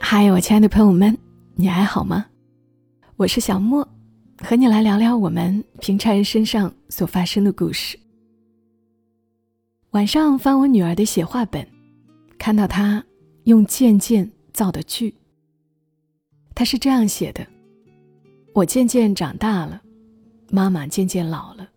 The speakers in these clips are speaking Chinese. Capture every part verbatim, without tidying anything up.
嗨，我亲爱的朋友们，你还好吗？我是小莫，和你来聊聊我们平常人身上所发生的故事。晚上翻我女儿的写话本，看到她用渐渐造的句。她是这样写的：我渐渐长大了，妈妈渐渐老了。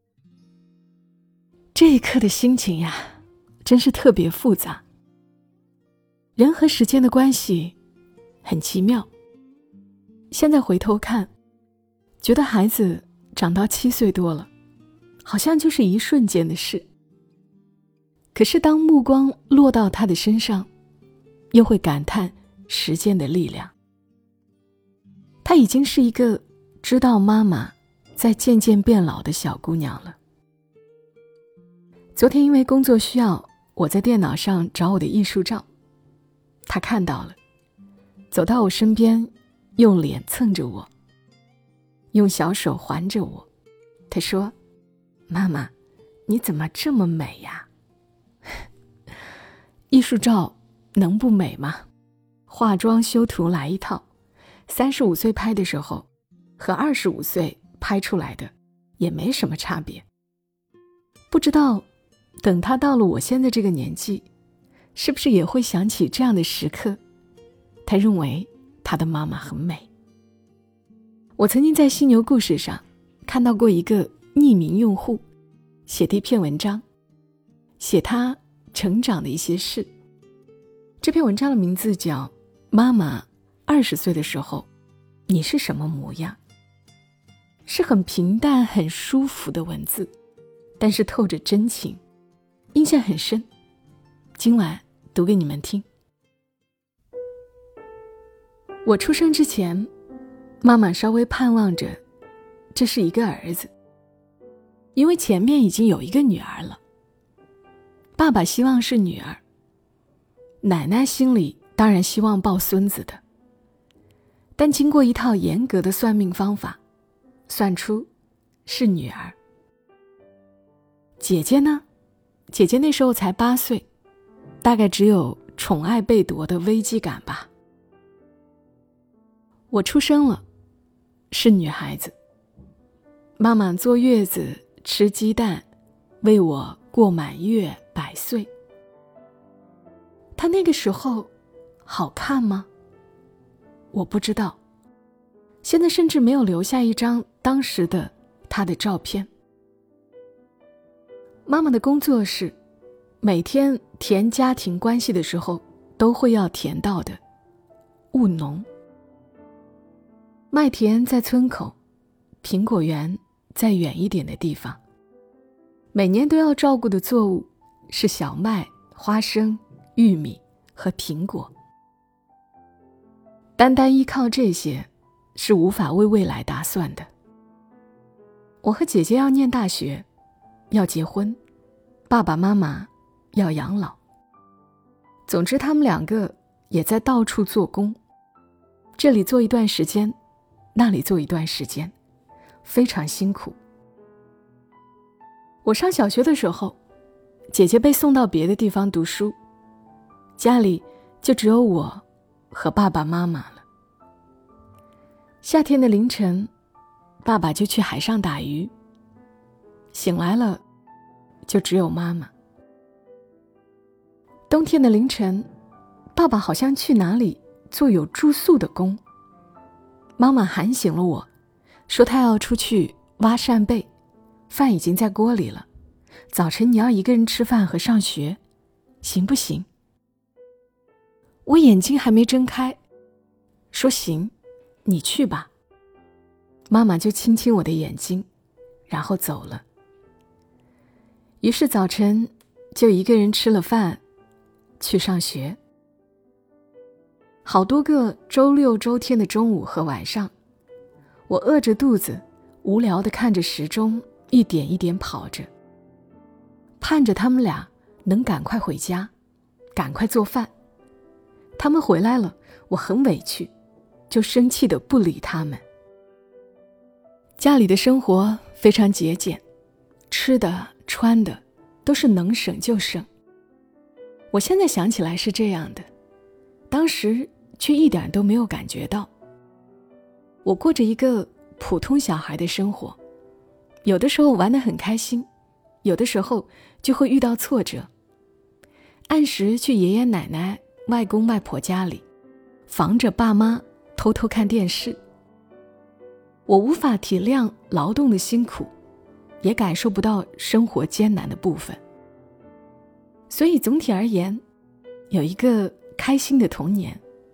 这一刻的心情呀，真是特别复杂。人和时间的关系很奇妙，现在回头看，觉得孩子长到七岁多了，好像就是一瞬间的事。可是当目光落到他的身上，又会感叹时间的力量。她已经是一个知道妈妈在渐渐变老的小姑娘了。昨天因为工作需要，我在电脑上找我的艺术照，她看到了，走到我身边，用脸蹭着我，用小手环着我。她说：妈妈，你怎么这么美呀？艺术照能不美吗？化妆修图来一套，三十五岁拍的时候和二十五岁拍出来的也没什么差别。不知道等他到了我现在这个年纪，是不是也会想起这样的时刻，他认为他的妈妈很美。我曾经在犀牛故事上看到过一个匿名用户写的一篇文章，写他成长的一些事。这篇文章的名字叫妈妈二十岁的时候你是什么模样，是很平淡很舒服的文字，但是透着真情，印象很深。今晚读给你们听。我出生之前，妈妈稍微盼望着这是一个儿子，因为前面已经有一个女儿了。爸爸希望是女儿，奶奶心里当然希望抱孙子的，但经过一套严格的算命方法，算出是女儿。姐姐呢？姐姐那时候才八岁，大概只有宠爱被夺的危机感吧。我出生了，是女孩子。妈妈坐月子吃鸡蛋，为我过满月百岁。她那个时候好看吗？我不知道，现在甚至没有留下一张当时的她的照片。妈妈的工作是每天填家庭关系的时候都会要填到的务农。麦田在村口，苹果园在远一点的地方。每年都要照顾的作物是小麦、花生、玉米和苹果。单单依靠这些是无法为未来打算的。我和姐姐要念大学，要结婚，爸爸妈妈要养老。总之他们两个也在到处做工，这里做一段时间，那里做一段时间，非常辛苦。我上小学的时候，姐姐被送到别的地方读书，家里就只有我和爸爸妈妈了。夏天的凌晨，爸爸就去海上打鱼，醒来了就只有妈妈。冬天的凌晨，爸爸好像去哪里做有住宿的工，妈妈喊醒了我，说她要出去挖扇贝，饭已经在锅里了，早晨你要一个人吃饭和上学，行不行？我眼睛还没睁开，说行，你去吧。妈妈就亲亲我的眼睛，然后走了。于是早晨就一个人吃了饭，去上学。好多个周六周天的中午和晚上，我饿着肚子，无聊地看着时钟一点一点跑着，盼着他们俩能赶快回家，赶快做饭。他们回来了，我很委屈，就生气地不理他们。家里的生活非常节俭，吃的穿的都是能省就省。我现在想起来是这样的，当时却一点都没有感觉到。我过着一个普通小孩的生活，有的时候玩得很开心，有的时候就会遇到挫折。按时去爷爷奶奶、外公外婆家里，防着爸妈偷偷看电视。我无法体谅劳动的辛苦，也感受不到生活艰难的部分。所以总体而言，有一个开心的童年。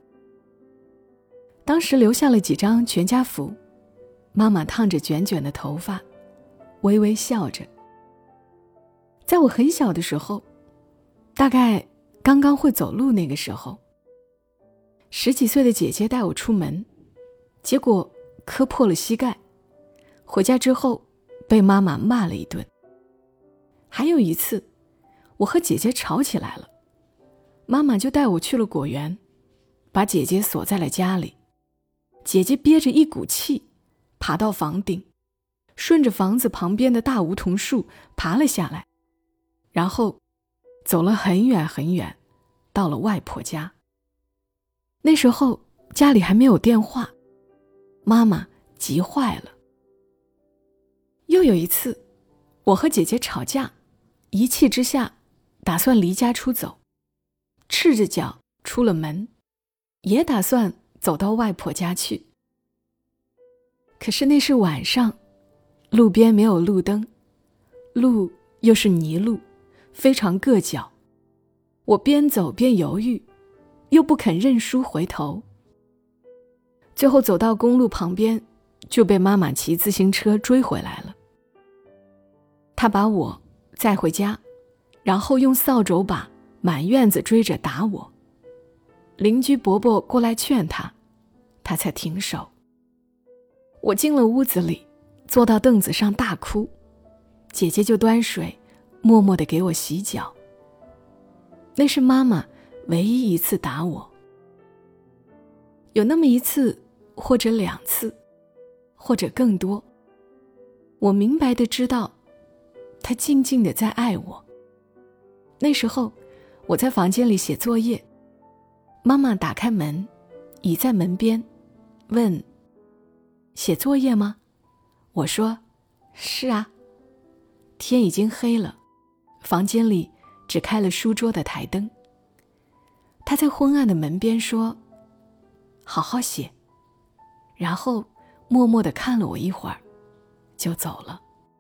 当时留下了几张全家福，妈妈烫着卷卷的头发，微微笑着。在我很小的时候，大概刚刚会走路那个时候，十几岁的姐姐带我出门，结果磕破了膝盖，回家之后被妈妈骂了一顿。还有一次，我和姐姐吵起来了，妈妈就带我去了果园，把姐姐锁在了家里。姐姐憋着一股气，爬到房顶，顺着房子旁边的大梧桐树爬了下来，然后走了很远很远，到了外婆家。那时候家里还没有电话，妈妈急坏了。又有一次，我和姐姐吵架，一气之下打算离家出走，赤着脚出了门，也打算走到外婆家去。可是那是晚上，路边没有路灯，路又是泥路，非常硌脚。我边走边犹豫，又不肯认输回头。最后走到公路旁边，就被妈妈骑自行车追回来了。她把我载回家，然后用扫帚把满院子追着打我。邻居伯伯过来劝她，她才停手。我进了屋子里，坐到凳子上大哭，姐姐就端水默默地给我洗脚。那是妈妈唯一一次打我。有那么一次或者两次，或者更多，我明白地知道她静静地在爱我。那时候我在房间里写作业，妈妈打开门，倚在门边，问：写作业吗？我说：是啊。天已经黑了，房间里只开了书桌的台灯。她在昏暗的门边说：好好写。然后默默地看了我一会儿，就走了。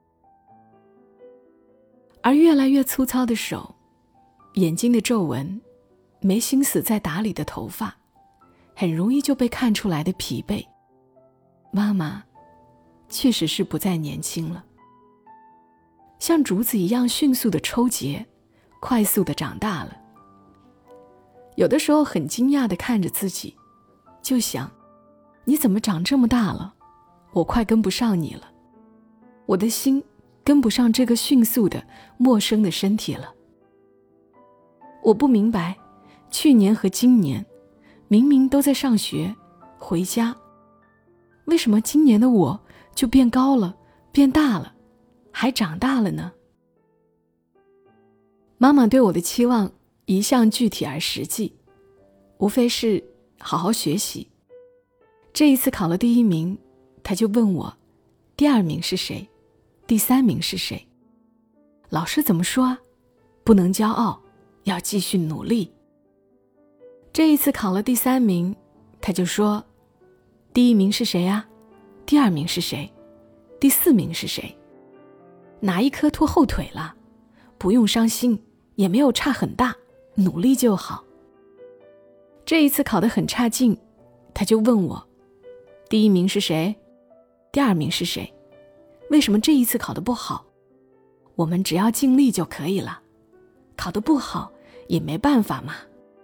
而越来越粗糙的手，眼睛的皱纹，没心思再打理的头发，很容易就被看出来的疲惫，妈妈确实是不再年轻了，像竹子一样迅速地抽节，快速地长大了。有的时候很惊讶地看着自己，就想，你怎么长这么大了？我快跟不上你了，我的心跟不上这个迅速的陌生的身体了。我不明白，去年和今年明明都在上学回家，为什么今年的我就变高了，变大了，还长大了呢？妈妈对我的期望一向具体而实际，无非是好好学习。这一次考了第一名，她就问我第二名是谁，第三名是谁。老师怎么说啊？不能骄傲，要继续努力。这一次考了第三名，她就说第一名是谁啊？第二名是谁？第四名是谁？哪一科拖后腿了？不用伤心，也没有差很大，努力就好。这一次考得很差劲，她就问我第一名是谁？第二名是谁？为什么这一次考得不好？我们只要尽力就可以了，考得不好也没办法嘛。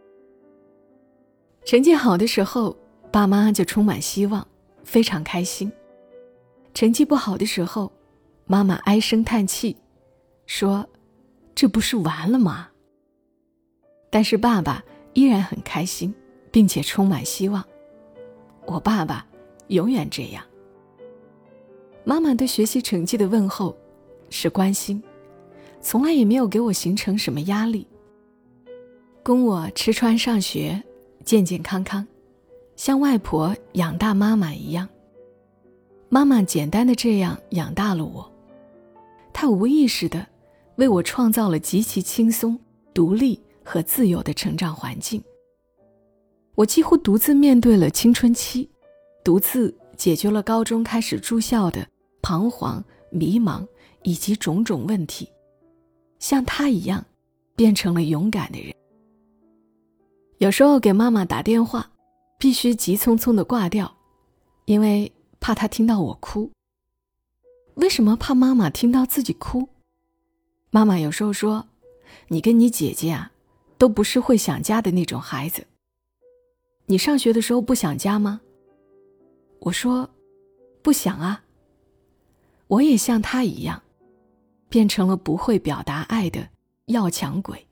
成绩好的时候，爸妈就充满希望，非常开心。成绩不好的时候，妈妈唉声叹气，说这不是完了吗？但是爸爸依然很开心，并且充满希望。我爸爸永远这样。妈妈对学习成绩的问候是关心，从来也没有给我形成什么压力，供我吃穿上学，健健康康， 像外婆养大妈妈一样。妈妈简单的这样养大了我，她无意识地为我创造了极其轻松、独立和自由的成长环境。我几乎独自面对了青春期，独自解决了高中开始住校的彷徨、迷茫以及种种问题，像她一样变成了勇敢的人。有时候给妈妈打电话，必须急匆匆地挂掉，因为怕她听到我哭。为什么怕妈妈听到自己哭？妈妈有时候说，你跟你姐姐啊，都不是会想家的那种孩子。你上学的时候不想家吗？我说，不想啊。我也像她一样，变成了不会表达爱的要强鬼。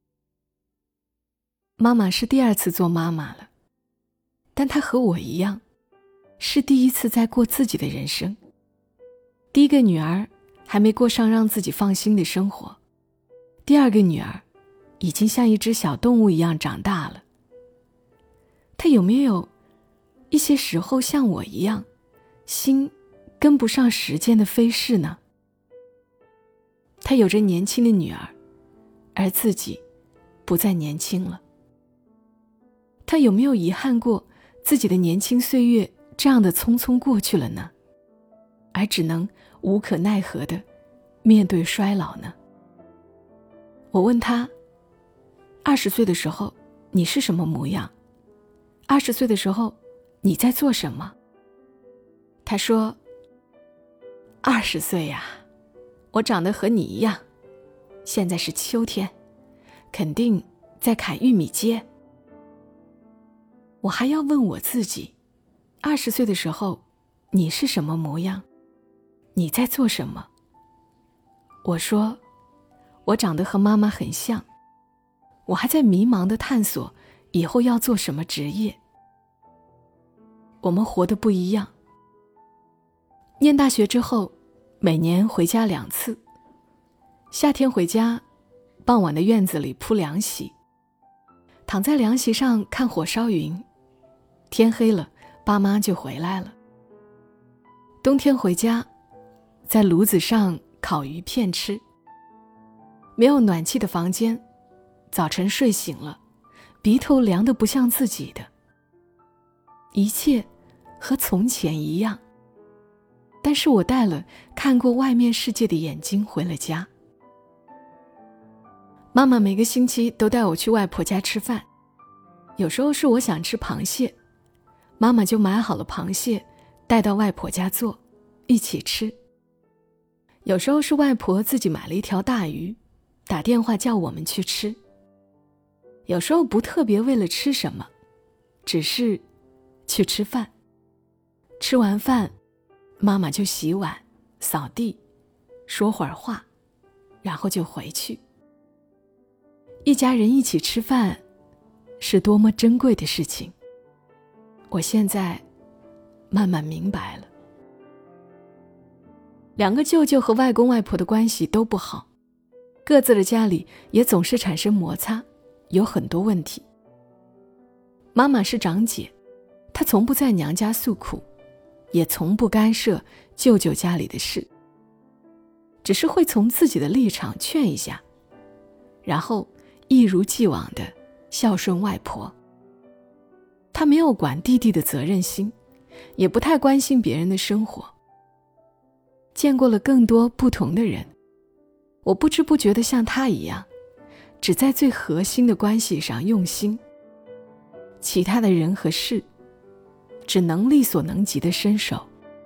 妈妈是第二次做妈妈了，但她和我一样，是第一次在过自己的人生。第一个女儿还没过上让自己放心的生活，第二个女儿已经像一只小动物一样长大了。她有没有一些时候像我一样，心跟不上时间的飞逝呢？她有着年轻的女儿，而自己不再年轻了。她有没有遗憾过自己的年轻岁月这样的匆匆过去了呢？而只能无可奈何地面对衰老呢？我问她，二十岁的时候你是什么模样？二十岁的时候你在做什么？她说，二十岁呀，我长得和你一样，现在是秋天，肯定在砍玉米秸。我还要问我自己，二十岁的时候你是什么模样？你在做什么？我说，我长得和妈妈很像，我还在迷茫地探索以后要做什么职业。我们活得不一样。念大学之后，每年回家两次，夏天回家，傍晚的院子里铺凉席，躺在凉席上看火烧云，天黑了，爸妈就回来了。冬天回家，在炉子上烤鱼片吃。没有暖气的房间，早晨睡醒了，鼻头凉得不像自己的。一切和从前一样，但是我带了看过外面世界的眼睛回了家。妈妈每个星期都带我去外婆家吃饭，有时候是我想吃螃蟹，妈妈就买好了螃蟹带到外婆家做，一起吃。有时候是外婆自己买了一条大鱼，打电话叫我们去吃。有时候不特别为了吃什么，只是去吃饭。吃完饭，妈妈就洗碗、扫地，说会儿话，然后就回去。一家人一起吃饭，是多么珍贵的事情。我现在慢慢明白了。两个舅舅和外公外婆的关系都不好，各自的家里也总是产生摩擦，有很多问题。妈妈是长姐，她从不在娘家诉苦，也从不干涉舅舅家里的事，只是会从自己的立场劝一下，然后一如既往地孝顺外婆。她没有管弟弟的责任心，也不太关心别人的生活。见过了更多不同的人，我不知不觉地像她一样，只在最核心的关系上用心，其他的人和事只能力所能及的伸手。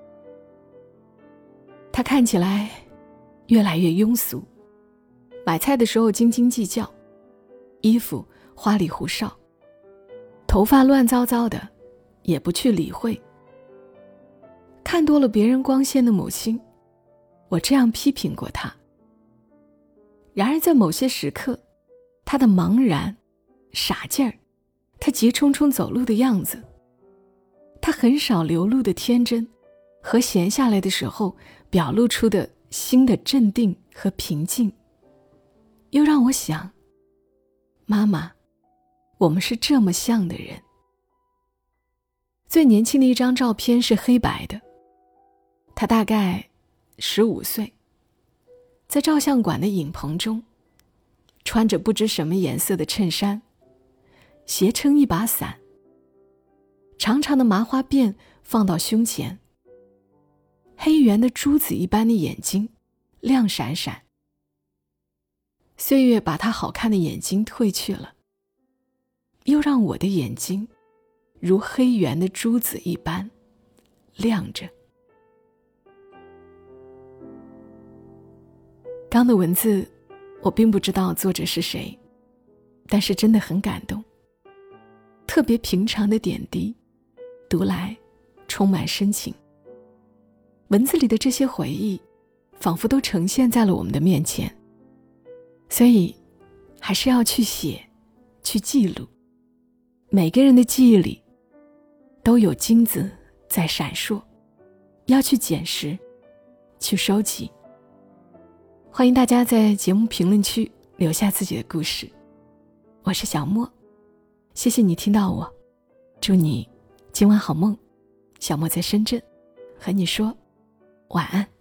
她看起来越来越庸俗，买菜的时候斤斤计较，衣服花里胡哨，头发乱糟糟的也不去理会。看多了别人光鲜的母亲，我这样批评过她。然而在某些时刻，她的茫然、傻劲儿，她急冲冲走路的样子，她很少流露的天真，和闲下来的时候表露出的心的镇定和平静，又让我想，妈妈，我们是这么像的人。 最年轻的一张照片是黑白的，他大概十五岁，在照相馆的影棚中，穿着不知什么颜色的衬衫，斜撑一把伞，长长的麻花辫放到胸前，黑圆的珠子一般的眼睛亮闪闪。岁月把他好看的眼睛褪去了，又让我的眼睛如黑圆的珠子一般亮着。刚的文字我并不知道作者是谁，但是真的很感动。特别平常的点滴，读来充满深情。文字里的这些回忆仿佛都呈现在了我们的面前，所以还是要去写，去记录。每个人的记忆里都有金子在闪烁，要去捡拾，去收集。欢迎大家在节目评论区留下自己的故事。我是小莫，谢谢你听到我，祝你今晚好梦。小莫在深圳和你说晚安。